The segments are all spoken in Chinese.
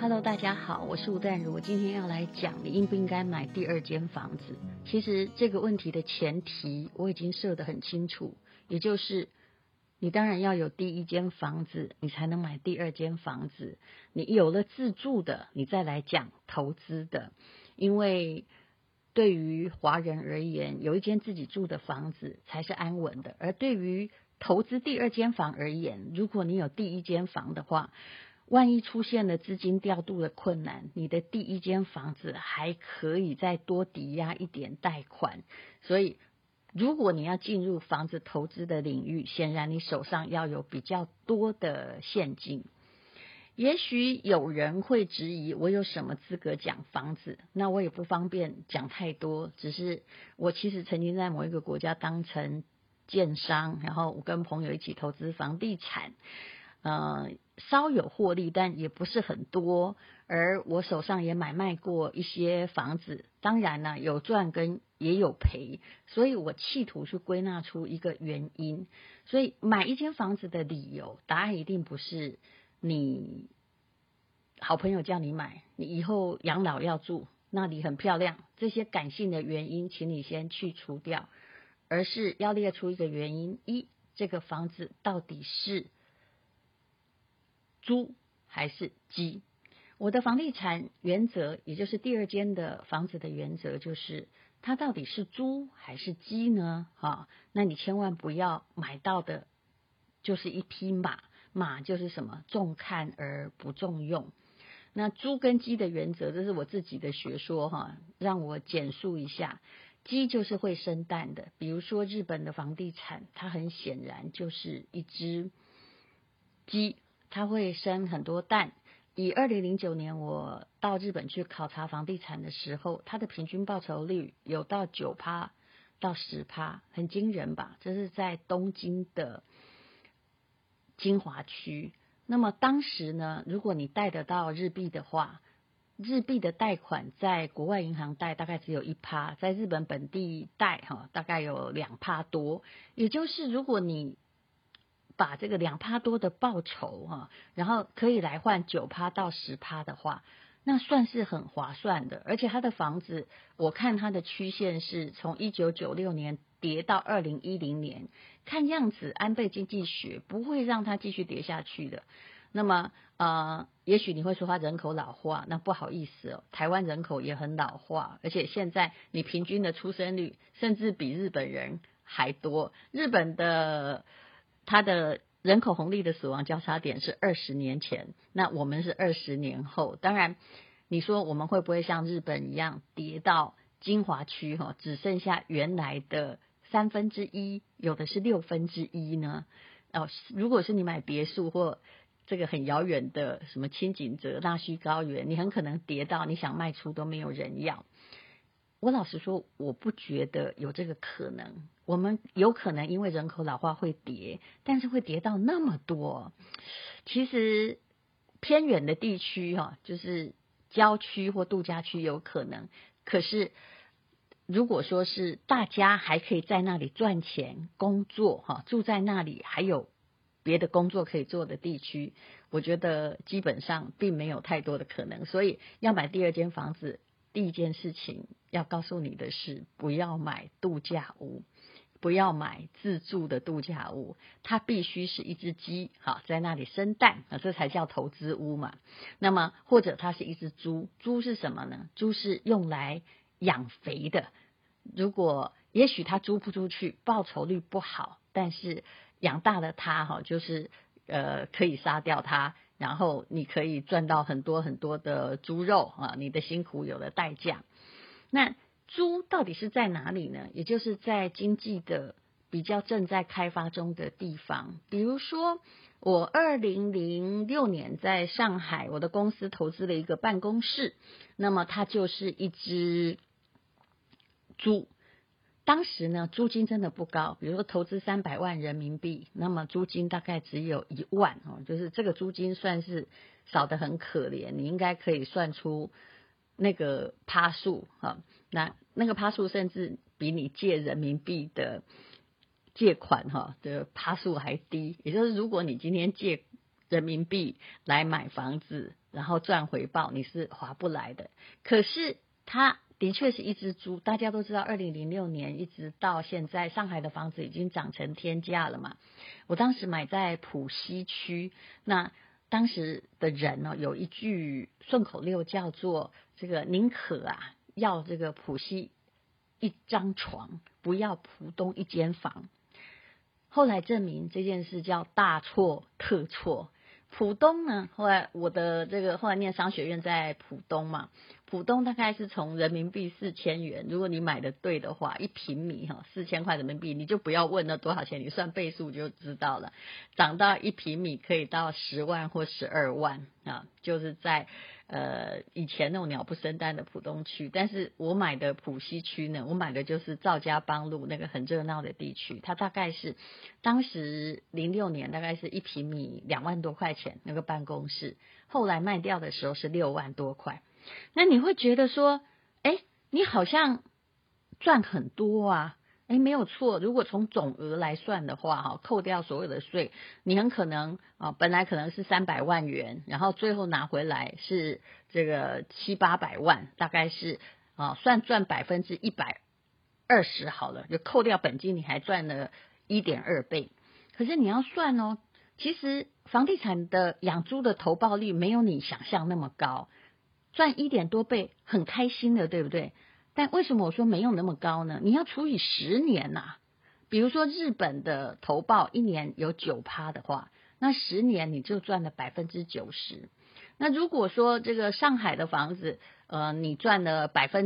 Hello， 大家好，我是吴淡如。我今天要来讲，你应不应该买第二间房子？其实这个问题的前提我已经设得很清楚，也就是你当然要有第一间房子，你才能买第二间房子。你有了自住的，你再来讲投资的。因为对于华人而言，有一间自己住的房子才是安稳的，而对于投资第二间房而言，如果你有第一间房的话，万一出现了资金调度的困难，你的第一间房子还可以再多抵押一点贷款。所以如果你要进入房子投资的领域，显然你手上要有比较多的现金。也许有人会质疑我有什么资格讲房子，那我也不方便讲太多，只是我其实曾经在某一个国家当成建商，然后我跟朋友一起投资房地产，稍有获利，但也不是很多。而我手上也买卖过一些房子，当然呢，有赚跟也有赔，所以我企图去归纳出一个原因。所以买一间房子的理由，答案一定不是你好朋友叫你买，你以后养老要住，那里很漂亮，这些感性的原因请你先去除掉，而是要列出一个原因：一，这个房子到底是租还是基？我的房地产原则，也就是第二间的房子的原则，就是它到底是租还是基呢？那你千万不要买到的就是一匹马，马就是什么？重看而不重用。那租跟基的原则，这是我自己的学说让我简述一下。鸡就是会生蛋的，比如说日本的房地产，它很显然就是一只鸡，它会生很多蛋。以2009年我到日本去考察房地产的时候，它的平均报酬率有到9%到10%，很惊人吧？这是在东京的精华区。那么当时呢，如果你贷得到日币的话，日币的贷款在国外银行贷大概只有1%，在日本本地贷大概有2%多。也就是如果你把这个2%多的报酬然后可以来换9%到10%的话，那算是很划算的。而且它的房子，我看它的曲线是从1996年跌到2010年，看样子安倍经济学不会让它继续跌下去的。那么也许你会说它人口老化，那不好意思台湾人口也很老化，而且现在你平均的出生率甚至比日本人还多。日本的它的人口红利的死亡交叉点是20年前，那我们是20年后。当然你说我们会不会像日本一样跌到精华区只剩下原来的1/3，有的是1/6呢？如果是你买别墅或这个很遥远的什么清景泽、纳须高原，你很可能跌到你想卖出都没有人要。我老实说，我不觉得有这个可能。我们有可能因为人口老化会跌，但是会跌到那么多。其实偏远的地区就是郊区或度假区有可能，可是如果说是大家还可以在那里赚钱、工作住在那里，还有别的工作可以做的地区，我觉得基本上并没有太多的可能。所以要买第二间房子，第一件事情要告诉你的是，不要买度假屋，不要买自住的度假屋，它必须是一只鸡在那里生蛋这才叫投资屋嘛。那么或者它是一只猪，猪是什么呢？猪是用来养肥的。如果也许它租不出去，报酬率不好，但是养大了它就是可以杀掉它，然后你可以赚到很多很多的猪肉你的辛苦有了代价。那猪到底是在哪里呢？也就是在经济的比较正在开发中的地方。比如说我2006年在上海，我的公司投资了一个办公室，那么它就是一只猪。当时呢，租金真的不高，比如说投资300万人民币，那么租金大概只有1万就是这个租金算是少得很可怜。你应该可以算出那个趴数那个趴数甚至比你借人民币的借款的趴数还低。也就是如果你今天借人民币来买房子， 然后赚回报，你是划不来的。可是它的确是一只猪，大家都知道2006年一直到现在，上海的房子已经涨成天价了嘛。我当时买在浦西区，那当时的人呢，有一句顺口溜叫做这个宁可要这个浦西一张床，不要浦东一间房。后来证明这件事叫大错特错。浦东呢，后来我的后来念商学院在浦东嘛，浦东大概是从人民币4000元，如果你买的对的话，1平米4000块人民币，你就不要问那多少钱，你算倍数就知道了，涨到1平米可以到10万或12万就是在以前那种鸟不生蛋的浦东区。但是我买的浦西区呢，我买的就是赵家浜路那个很热闹的地区，它大概是当时06年大概是1平米2万多块钱那个办公室，后来卖掉的时候是6万多块。那你会觉得说，你好像赚很多啊。没有错，如果从总额来算的话扣掉所有的税，你很可能本来可能是300万元，然后最后拿回来是这个700-800万，大概是算赚120%好了，就扣掉本金，你还赚了1.2倍。可是你要算其实房地产的养猪的投报率没有你想象那么高，赚1点多倍很开心的，对不对？但为什么我说没有那么高呢？你要除以10年比如说日本的投报1年有9%的话，那10年你就赚了90%。那如果说这个上海的房子你赚了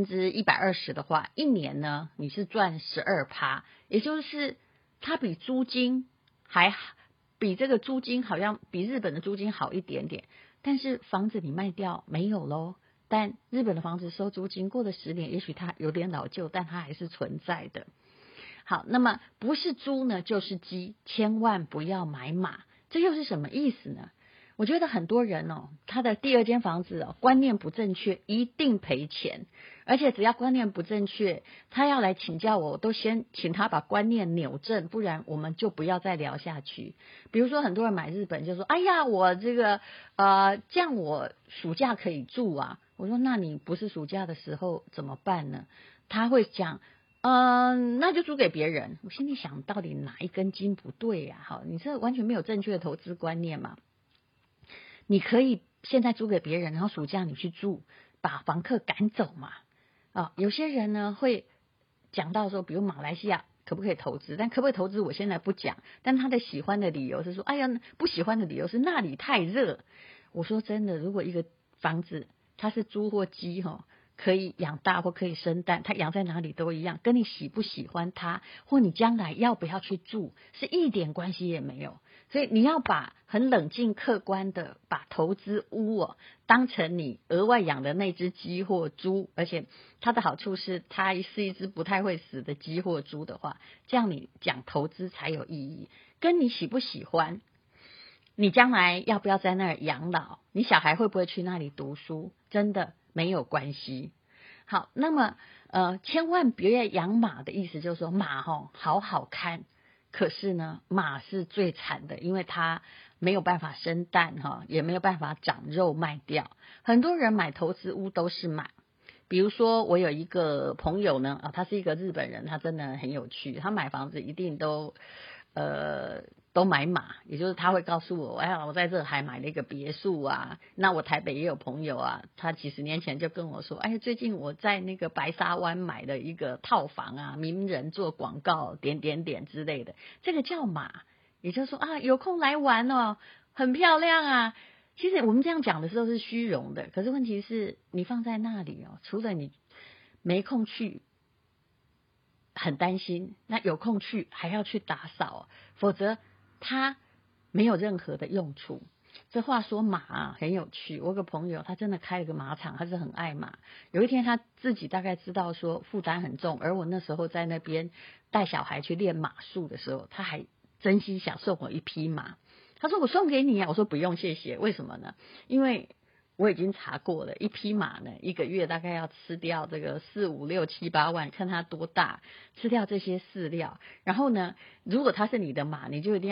120%的话，1年呢你是赚12%，也就是它比租金比这个租金好像比日本的租金好一点点，但是房子你卖掉没有咯。但日本的房子收租金过了10年，也许它有点老旧，但它还是存在的。好，那么不是猪呢就是鸡，千万不要买马。这又是什么意思呢？我觉得很多人他的第二间房子观念不正确，一定赔钱。而且只要观念不正确，他要来请教我都先请他把观念扭正，不然我们就不要再聊下去。比如说很多人买日本就说，哎呀，我这样我暑假可以住啊。我说那你不是暑假的时候怎么办呢？他会讲那就租给别人。我心里想，到底哪一根筋不对好，你这完全没有正确的投资观念嘛。你可以现在租给别人，然后暑假你去住，把房客赶走嘛。有些人呢会讲到说，比如马来西亚可不可以投资，但可不可以投资我现在不讲，但他的喜欢的理由是说，哎呀，不喜欢的理由是那里太热。我说真的，如果一个房子它是猪或鸡可以养大或可以生蛋，它养在哪里都一样，跟你喜不喜欢它或你将来要不要去住是一点关系也没有。所以你要把很冷静客观的把投资屋当成你额外养的那只鸡或猪，而且它的好处是它是一只不太会死的鸡或猪的话，这样你讲投资才有意义。跟你喜不喜欢，你将来要不要在那儿养老，你小孩会不会去那里读书，真的没有关系。好，那么千万别养马的意思就是说，马好看，可是呢马是最惨的，因为它没有办法生蛋也没有办法长肉卖掉。很多人买投资屋都是马。比如说我有一个朋友呢他是一个日本人，他真的很有趣，他买房子一定都买马，也就是他会告诉我，我在这还买了一个别墅啊。那我台北也有朋友他几十年前就跟我说，最近我在那个白沙湾买了一个套房名人做广告点之类的，这个叫马。也就是说有空来玩很漂亮其实我们这样讲的时候是虚荣的，可是问题是你放在那里除了你没空去很担心，那有空去还要去打扫否则它没有任何的用处。这话说马很有趣，我有个朋友他真的开了个马场，他是很爱马。有一天他自己大概知道说负担很重，而我那时候在那边带小孩去练马术的时候，他还真心想送我一匹马。他说我送给你我说不用谢谢。为什么呢？因为我已经查过了，一匹马呢1个月大概要吃掉这个4、5、6、7、8万，看它多大，吃掉这些饲料。然后呢，如果它是你的马，你就一定要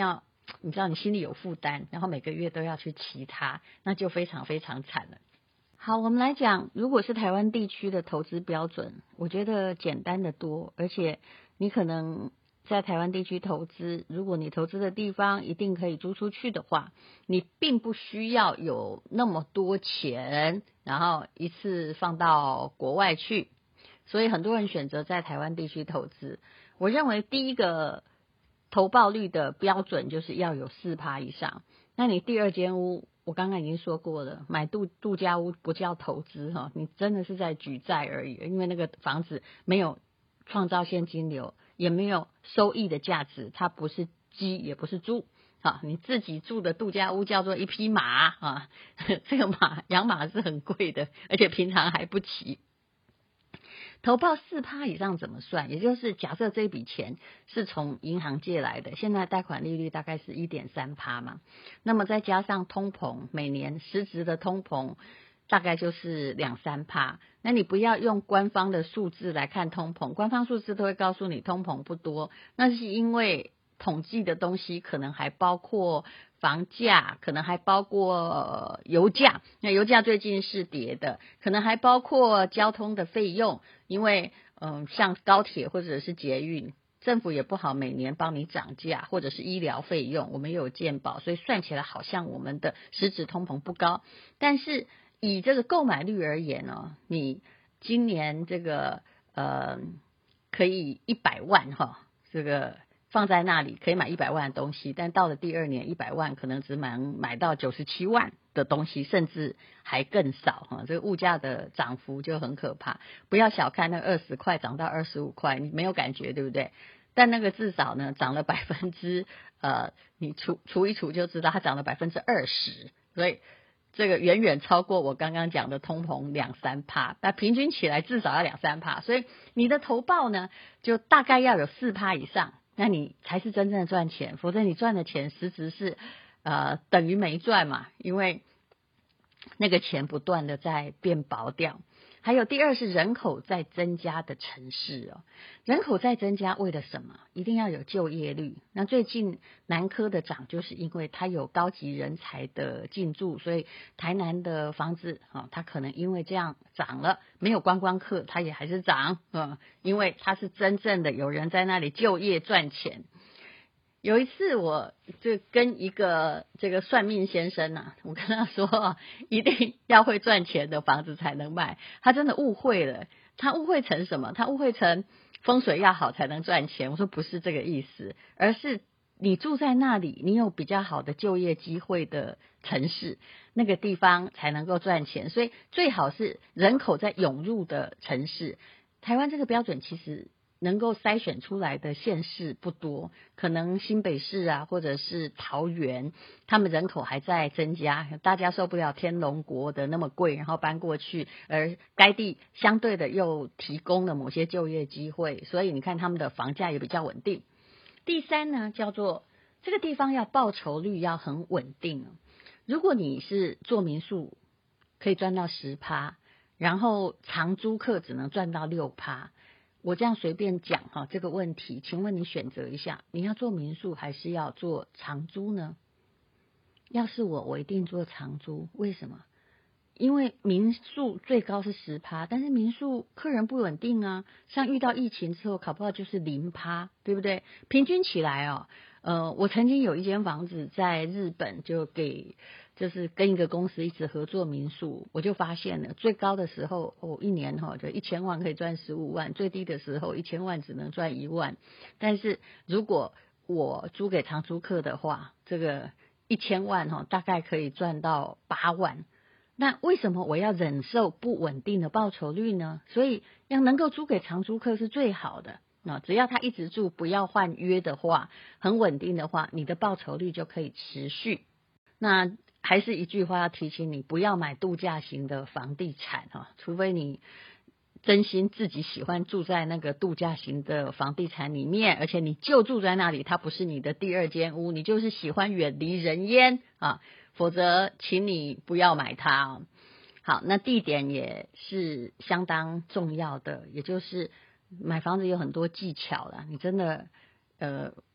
你知道你心里有负担，然后每个月都要去骑它，那就非常非常惨了。好，我们来讲，如果是台湾地区的投资标准，我觉得简单的多，而且你可能在台湾地区投资，如果你投资的地方一定可以租出去的话，你并不需要有那么多钱，然后一次放到国外去，所以很多人选择在台湾地区投资。我认为第一个投报率的标准就是要有4%以上。那你第二间屋，我刚刚已经说过了，买度假屋不叫投资哈，你真的是在举债而已，因为那个房子没有创造现金流，也没有收益的价值，它不是鸡也不是猪啊，你自己住的度假屋叫做一匹马啊，这个养马是很贵的，而且平常还不骑。投报4%以上怎么算？也就是假设这笔钱是从银行借来的，现在贷款利率大概是 1.3% 嘛，那么再加上通膨，每年实质的通膨大概就是2-3%。那你不要用官方的数字来看通膨，官方数字都会告诉你通膨不多，那是因为统计的东西可能还包括房价，可能还包括油价，那油价最近是跌的，可能还包括交通的费用，因为像高铁或者是捷运，政府也不好每年帮你涨价，或者是医疗费用，我们也有健保，所以算起来好像我们的实质通膨不高，但是以这个购买率而言呢，你今年这个可以100万这个放在那里可以买100万的东西，但到了第二年100万可能只买到97万的东西，甚至还更少这个物价的涨幅就很可怕。不要小看那20块涨到25块，你没有感觉对不对？但那个至少呢涨了你除一除就知道它涨了20%，所以这个远远超过我刚刚讲的通膨2-3%，那平均起来至少要2-3%，所以你的投报呢就大概要有4%以上，那你才是真正的赚钱，否则你赚的钱实质是等于没赚嘛，因为那个钱不断的在变薄掉。还有第二是人口在增加的城市人口在增加为了什么？一定要有就业率。那最近南科的涨就是因为它有高级人才的进驻，所以台南的房子它可能因为这样涨了，没有观光客它也还是涨因为它是真正的有人在那里就业赚钱。有一次我就跟一个这个算命先生我跟他说一定要会赚钱的房子才能卖，他真的误会了，他误会成什么？他误会成风水要好才能赚钱。我说不是这个意思，而是你住在那里，你有比较好的就业机会的城市，那个地方才能够赚钱，所以最好是人口在涌入的城市。台湾这个标准其实能够筛选出来的县市不多，可能新北市或者是桃园，他们人口还在增加，大家受不了天龙国的那么贵，然后搬过去，而该地相对的又提供了某些就业机会，所以你看他们的房价也比较稳定。第三呢，叫做这个地方要报酬率要很稳定如果你是做民宿可以赚到10%，然后长租客只能赚到6%，我这样随便讲这个问题，请问你选择一下，你要做民宿还是要做长租呢？要是我一定做长租。为什么？因为民宿最高是10%，但是民宿客人不稳定像遇到疫情之后，搞不好就是0%，对不对？平均起来我曾经有一间房子在日本，就是跟一个公司一直合作民宿，我就发现了最高的时候一年就1000万可以赚15万，最低的时候1000万只能赚1万。但是如果我租给长租客的话，这个1000万大概可以赚到8万。那为什么我要忍受不稳定的报酬率呢？所以要能够租给长租客是最好的只要他一直住，不要换约的话，很稳定的话，你的报酬率就可以持续。那还是一句话要提醒你，不要买度假型的房地产除非你真心自己喜欢住在那个度假型的房地产里面，而且你就住在那里，它不是你的第二间屋，你就是喜欢远离人烟否则请你不要买它好，那地点也是相当重要的，也就是买房子有很多技巧啦，你真的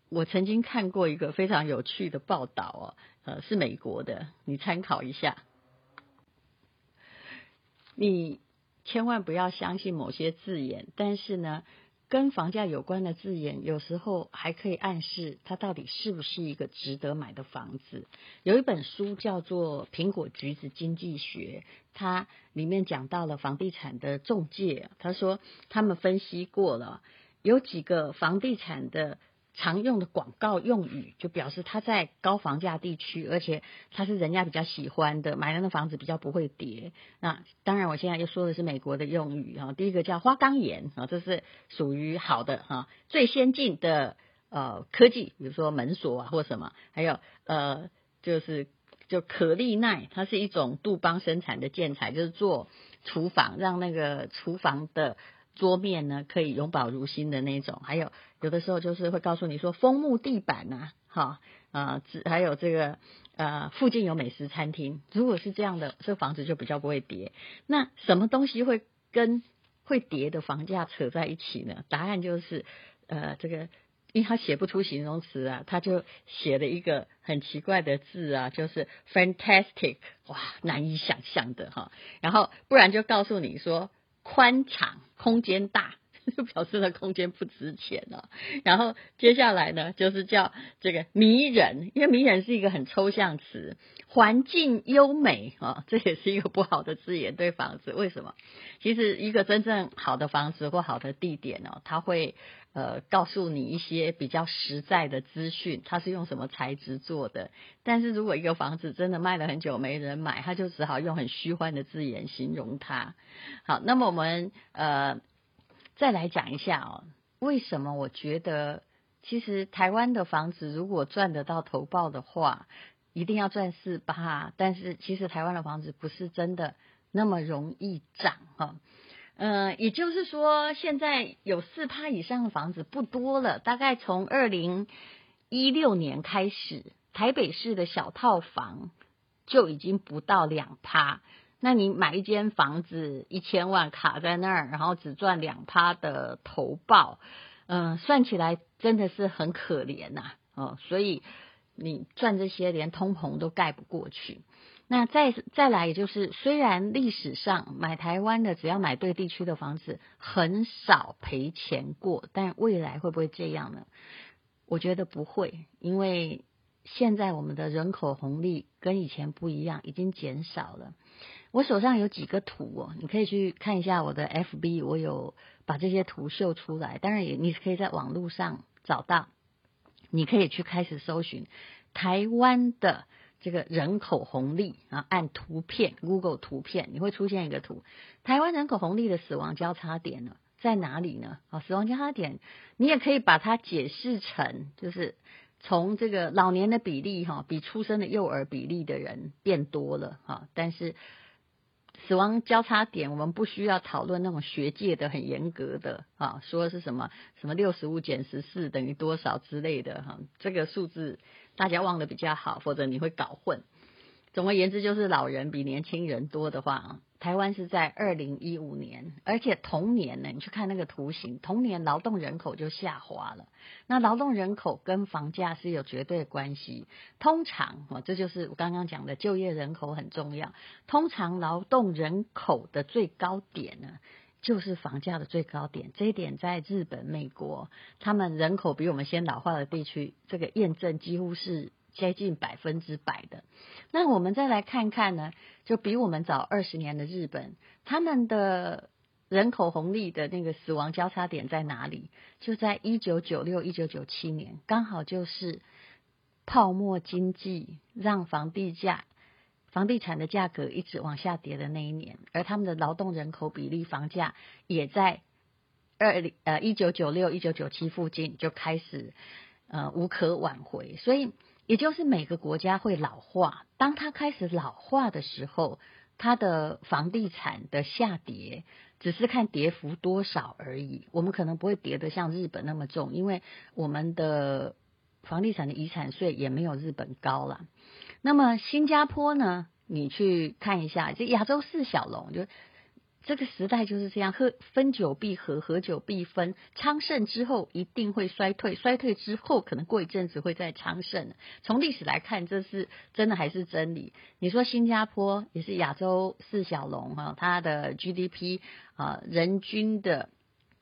我曾经看过一个非常有趣的报道是美国的，你参考一下。你千万不要相信某些字眼，但是呢，跟房价有关的字眼，有时候还可以暗示它到底是不是一个值得买的房子。有一本书叫做《苹果橘子经济学》，它里面讲到了房地产的中介，他说他们分析过了，有几个房地产的常用的广告用语，就表示它在高房价地区，而且它是人家比较喜欢的，买了那房子比较不会跌。那当然我现在又说的是美国的用语第一个叫花岗岩这是属于好的最先进的科技，比如说门锁或什么，还有就可丽奈，它是一种杜邦生产的建材，就是做厨房，让那个厨房的桌面呢可以永保如新的那种。还有的时候就是会告诉你说枫木地板还有这个附近有美食餐厅。如果是这样的，这房子就比较不会跌。那什么东西会跟会跌的房价扯在一起呢？答案就是这个，因为他写不出形容词他就写了一个很奇怪的字就是 fantastic， 哇，难以想象的然后不然就告诉你说宽敞，空间大，就表示了空间不值钱然后接下来呢，就是叫这个迷人，因为迷人是一个很抽象词。环境优美这也是一个不好的字眼对房子。为什么？其实一个真正好的房子或好的地点它会告诉你一些比较实在的资讯，它是用什么材质做的。但是如果一个房子真的卖了很久没人买，它就只好用很虚幻的字眼形容它。好，那么我们再来讲一下为什么我觉得其实台湾的房子如果赚得到投报的话，一定要赚4%，但是其实台湾的房子不是真的那么容易涨也就是说现在有4%以上的房子不多了，大概从2016年开始，台北市的小套房就已经不到2%。那你买一间房子1000万卡在那儿，然后只赚2%的投报，算起来真的是很可怜所以你赚这些连通膨都盖不过去。那再来也就是，虽然历史上买台湾的只要买对地区的房子很少赔钱过，但未来会不会这样呢？我觉得不会，因为现在我们的人口红利跟以前不一样，已经减少了。我手上有几个图你可以去看一下我的 FB， 我有把这些图秀出来，当然你可以在网络上找到，你可以去开始搜寻台湾的这个人口红利按图片 Google 图片，你会出现一个图，台湾人口红利的死亡交叉点呢在哪里呢？死亡交叉点你也可以把它解释成就是从这个老年的比例比出生的幼儿比例的人变多了但是死亡交叉点我们不需要讨论那种学界的很严格的说是什么65减14等于多少之类的这个数字大家忘得比较好，否则你会搞混。总而言之，就是老人比年轻人多的话台湾是在2015年，而且同年呢，你去看那个图形，同年劳动人口就下滑了。那劳动人口跟房价是有绝对关系。通常这就是我刚刚讲的就业人口很重要。通常劳动人口的最高点呢，就是房价的最高点。这一点在日本、美国，他们人口比我们先老化的地区，这个验证几乎是接近100%的。那我们再来看看呢，就比我们早20年的日本，他们的人口红利的那个死亡交叉点在哪里？就在1996、1997年，刚好就是泡沫经济让房地产的价格一直往下跌的那一年，而他们的劳动人口比例房价也在1996、1997附近就开始无可挽回。所以也就是每个国家会老化，当它开始老化的时候，它的房地产的下跌只是看跌幅多少而已。我们可能不会跌得像日本那么重，因为我们的房地产的遗产税也没有日本高啦。那么新加坡呢，你去看一下，这亚洲四小龙，就这个时代就是这样，分久必合，合久必分。昌盛之后一定会衰退，衰退之后可能过一阵子会再昌盛。从历史来看，这是真的还是真理？你说新加坡也是亚洲四小龙哈，它的 GDP 人均的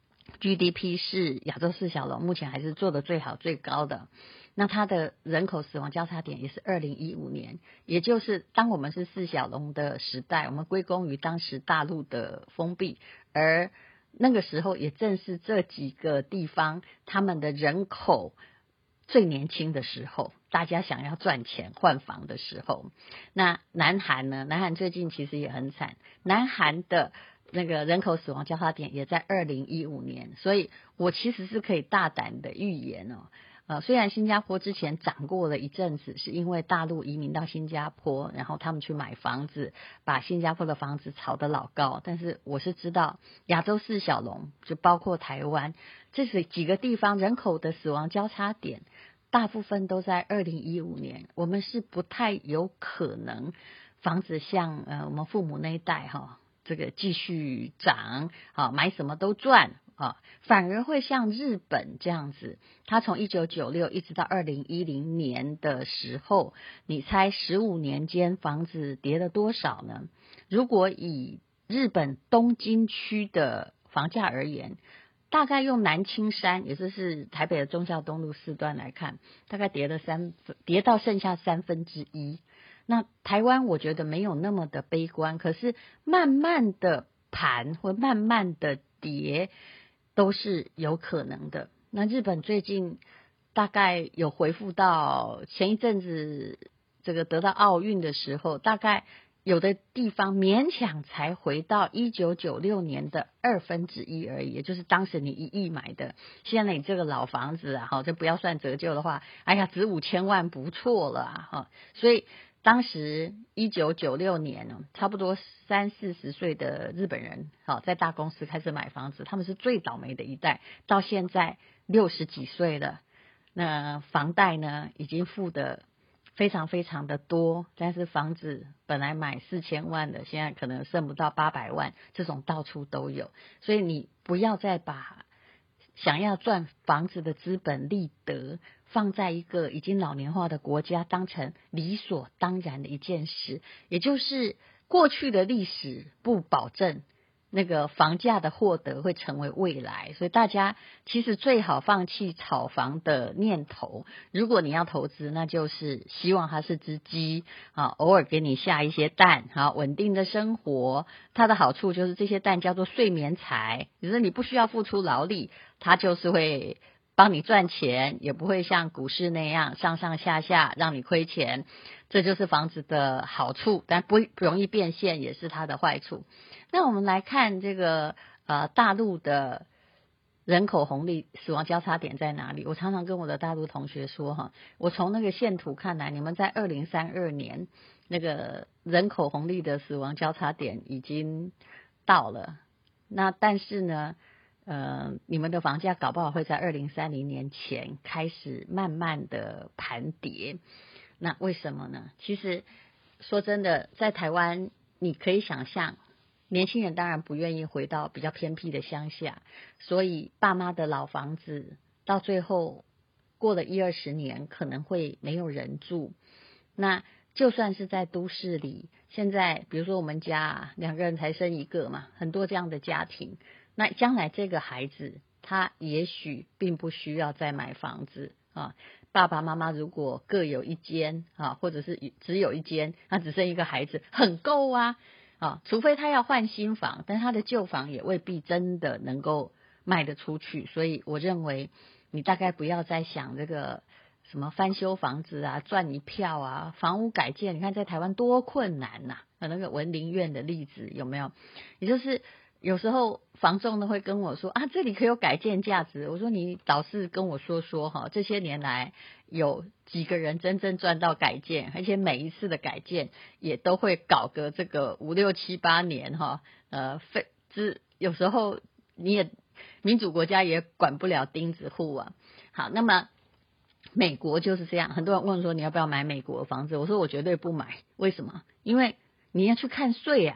GDP 是亚洲四小龙目前还是做的最好最高的。那它的人口死亡交叉点也是2015年，也就是当我们是四小龙的时代，我们归功于当时大陆的封闭，而那个时候也正是这几个地方他们的人口最年轻的时候，大家想要赚钱换房的时候。那南韩呢？南韩最近其实也很惨，南韩的那个人口死亡交叉点也在2015年，所以我其实是可以大胆的预言虽然新加坡之前涨过了一阵子，是因为大陆移民到新加坡，然后他们去买房子，把新加坡的房子炒得老高，但是我是知道亚洲四小龙就包括台湾，这是几个地方人口的死亡交叉点，大部分都在2015年，我们是不太有可能房子像我们父母那一代这个继续涨买什么都赚反而会像日本这样子，它从1996一直到2010年的时候，你猜15年间房子跌了多少呢？如果以日本东京区的房价而言，大概用南青山，也就是台北的忠孝东路4段来看，大概跌到剩下1/3。那台湾我觉得没有那么的悲观，可是慢慢的盘或慢慢的跌都是有可能的。那日本最近大概有回复到前一阵子这个得到奥运的时候，大概有的地方勉强才回到1996年的1/2而已，也就是当时你1亿买的，现在你这个老房子这不要算折旧的话，哎呀，值5000万不错了所以当时1996年差不多30-40岁的日本人在大公司开始买房子，他们是最倒霉的一代，到现在60几岁了，那房贷呢已经付的非常非常的多，但是房子本来买4000万的，现在可能剩不到800万，这种到处都有。所以你不要再把想要赚房子的资本利得放在一个已经老年化的国家当成理所当然的一件事，也就是过去的历史不保证那个房价的获得会成为未来，所以大家其实最好放弃炒房的念头。如果你要投资，那就是希望它是只鸡偶尔给你下一些蛋稳定的生活。它的好处就是这些蛋叫做睡眠财，就是你不需要付出劳力，它就是会帮你赚钱，也不会像股市那样上上下下让你亏钱。这就是房子的好处，但不容易变现也是它的坏处。那我们来看这个大陆的人口红利死亡交叉点在哪里？我常常跟我的大陆同学说我从那个线图看来，你们在2032年那个人口红利的死亡交叉点已经到了，那但是呢你们的房价搞不好会在2030年前开始慢慢的盘跌。那为什么呢？其实说真的，在台湾你可以想象，年轻人当然不愿意回到比较偏僻的乡下，所以爸妈的老房子到最后过了10-20年可能会没有人住。那就算是在都市里，现在比如说我们家2个人才生1个嘛，很多这样的家庭，那将来这个孩子他也许并不需要再买房子爸爸妈妈如果各有一间或者是只有一间，他只剩1个孩子，很够除非他要换新房，但他的旧房也未必真的能够卖得出去。所以我认为你大概不要再想这个什么翻修房子赚一票房屋改建，你看在台湾多困难那个文林苑的例子有没有？也就是有时候房仲呢会跟我说这里可有改建价值，我说你倒是跟我说这些年来有几个人真正赚到改建，而且每一次的改建也都会搞个这个5、6、7、8年有时候你也民主国家也管不了钉子户好，那么美国就是这样，很多人问说你要不要买美国的房子，我说我绝对不买。为什么？因为你要去看税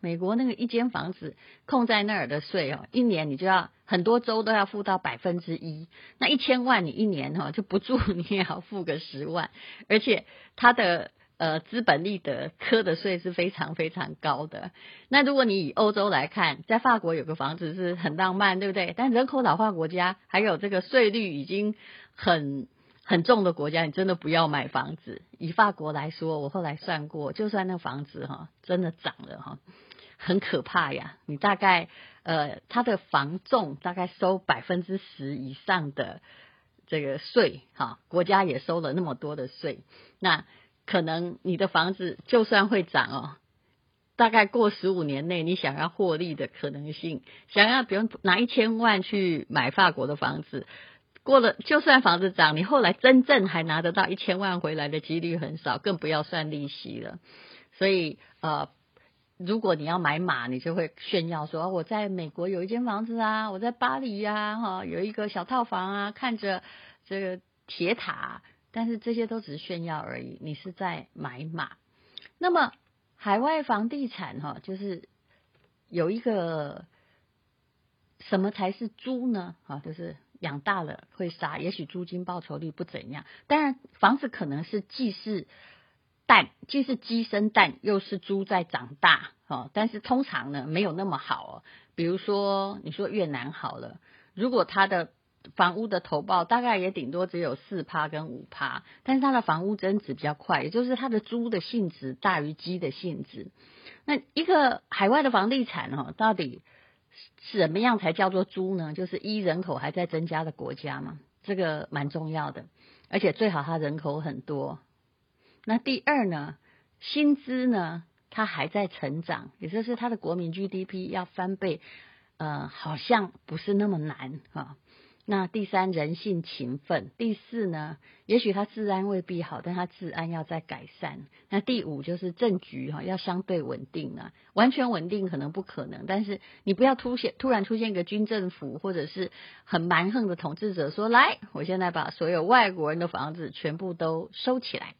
美国那个一间房子空在那儿的税哦，一年你就要很多州都要付到1%，那1000万你一年就不住你也要付个10万，而且它的资本利得科的税是非常非常高的。那如果你以欧洲来看，在法国有个房子是很浪漫，对不对？但人口老化国家还有这个税率已经很重的国家，你真的不要买房子。以法国来说，我后来算过，就算那房子真的涨了很可怕呀。你大概它的房仲大概收10%以上的这个税国家也收了那么多的税，那可能你的房子就算会涨大概过15年内，你想要获利的可能性，想要比如拿1000万去买法国的房子，过了就算房子涨，你后来真正还拿得到1000万回来的几率很少，更不要算利息了。所以如果你要买马，你就会炫耀说我在美国有一间房子啊，我在巴黎啊有一个小套房啊，看着这个铁塔，但是这些都只是炫耀而已，你是在买马。那么海外房地产就是有一个什么才是猪呢就是养大了会杀，也许租金报酬率不怎样，当然房子可能是既是鸡生蛋又是猪在长大但是通常呢没有那么好比如说你说越南好了，如果它的房屋的投报大概也顶多只有4%跟5%，但是它的房屋增值比较快，也就是它的猪的性质大于鸡的性质。那一个海外的房地产到底什么样才叫做猪呢？就是人口还在增加的国家嘛，这个蛮重要的，而且最好它人口很多。那第二呢，薪资呢它还在成长，也就是它的国民 GDP 要翻倍好像不是那么难那第三，人性勤奋。第四呢，也许它治安未必好，但它治安要再改善。那第五就是政局要相对稳定完全稳定可能不可能，但是你不要突然出现一个军政府或者是很蛮横的统治者说，来，我现在把所有外国人的房子全部都收起来。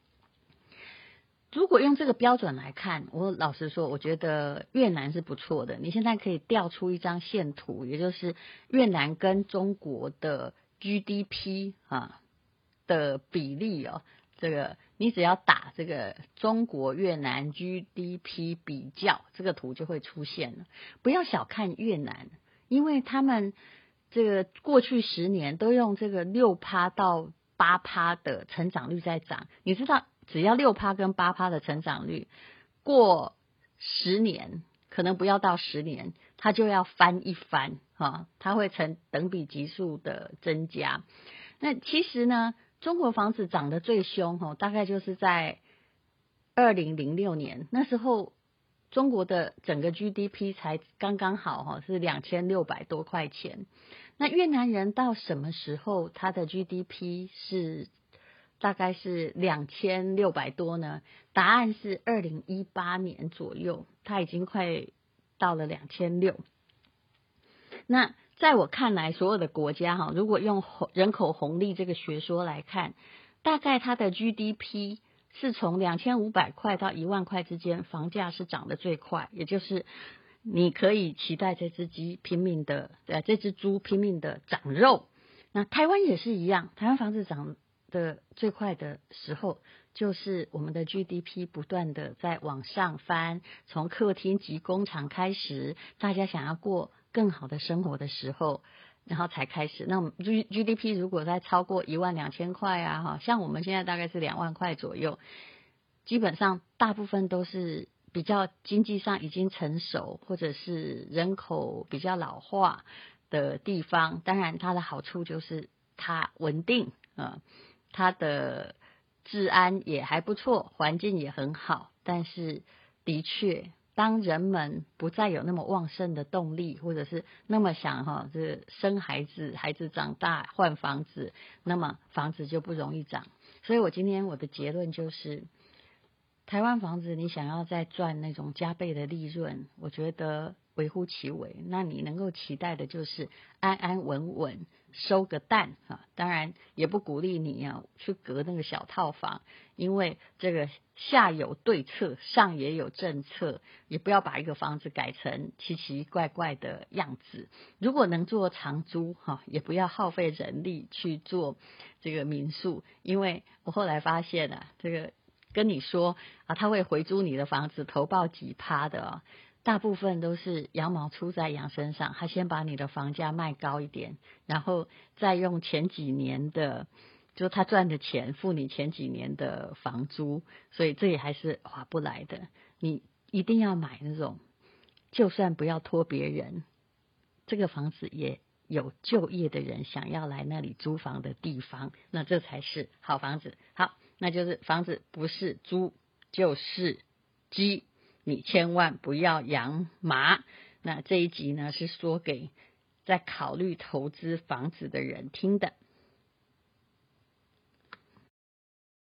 如果用这个标准来看，我老实说，我觉得越南是不错的。你现在可以调出一张线图，也就是越南跟中国的 GDP 的比例这个你只要打这个中国越南 GDP 比较，这个图就会出现了。不要小看越南，因为他们这个过去10年都用这个6%到8%的成长率在涨，你知道只要6%跟8%的成长率，过10年可能不要到10年，它就要翻一番它会成等比级数的增加。那其实呢，中国房子涨得最凶大概就是在2006年，那时候中国的整个 GDP 才刚刚好是2600多块钱。那越南人到什么时候他的 GDP 是大概是2600多呢？答案是2018年左右，它已经快到了2600。那在我看来，所有的国家如果用人口红利这个学说来看，大概它的 GDP 是从2500块到1万块之间，房价是涨得最快，也就是你可以期待这只猪拼命的长肉。那台湾也是一样，台湾房子涨的最快的时候，就是我们的 GDP 不断的在往上翻，从客厅及工厂开始，大家想要过更好的生活的时候，然后才开始。那我们 GDP 如果在超过12000块像我们现在大概是2万块左右，基本上大部分都是比较经济上已经成熟，或者是人口比较老化的地方。当然它的好处就是它稳定它的治安也还不错，环境也很好。但是的确当人们不再有那么旺盛的动力，或者是那么想这生孩子长大换房子，那么房子就不容易涨。所以我今天我的结论就是， 台湾房子你想要再赚那种加倍的利润，我觉得微乎其微。那你能够期待的就是安安稳稳收个蛋啊！当然也不鼓励你去隔那个小套房，因为这个下有对策，上也有政策，也不要把一个房子改成奇奇怪怪的样子。如果能做长租也不要耗费人力去做这个民宿，因为我后来发现这个跟你说他会回租你的房子，投报几%的大部分都是羊毛出在羊身上，他先把你的房价卖高一点，然后再用前几年的就他赚的钱付你前几年的房租，所以这也还是划不来的。你一定要买那种就算不要托别人，这个房子也有就业的人想要来那里租房的地方，那这才是好房子。好，那就是房子不是猪就是鸡，你千万不要养马。那这一集呢是说给在考虑投资房子的人听的。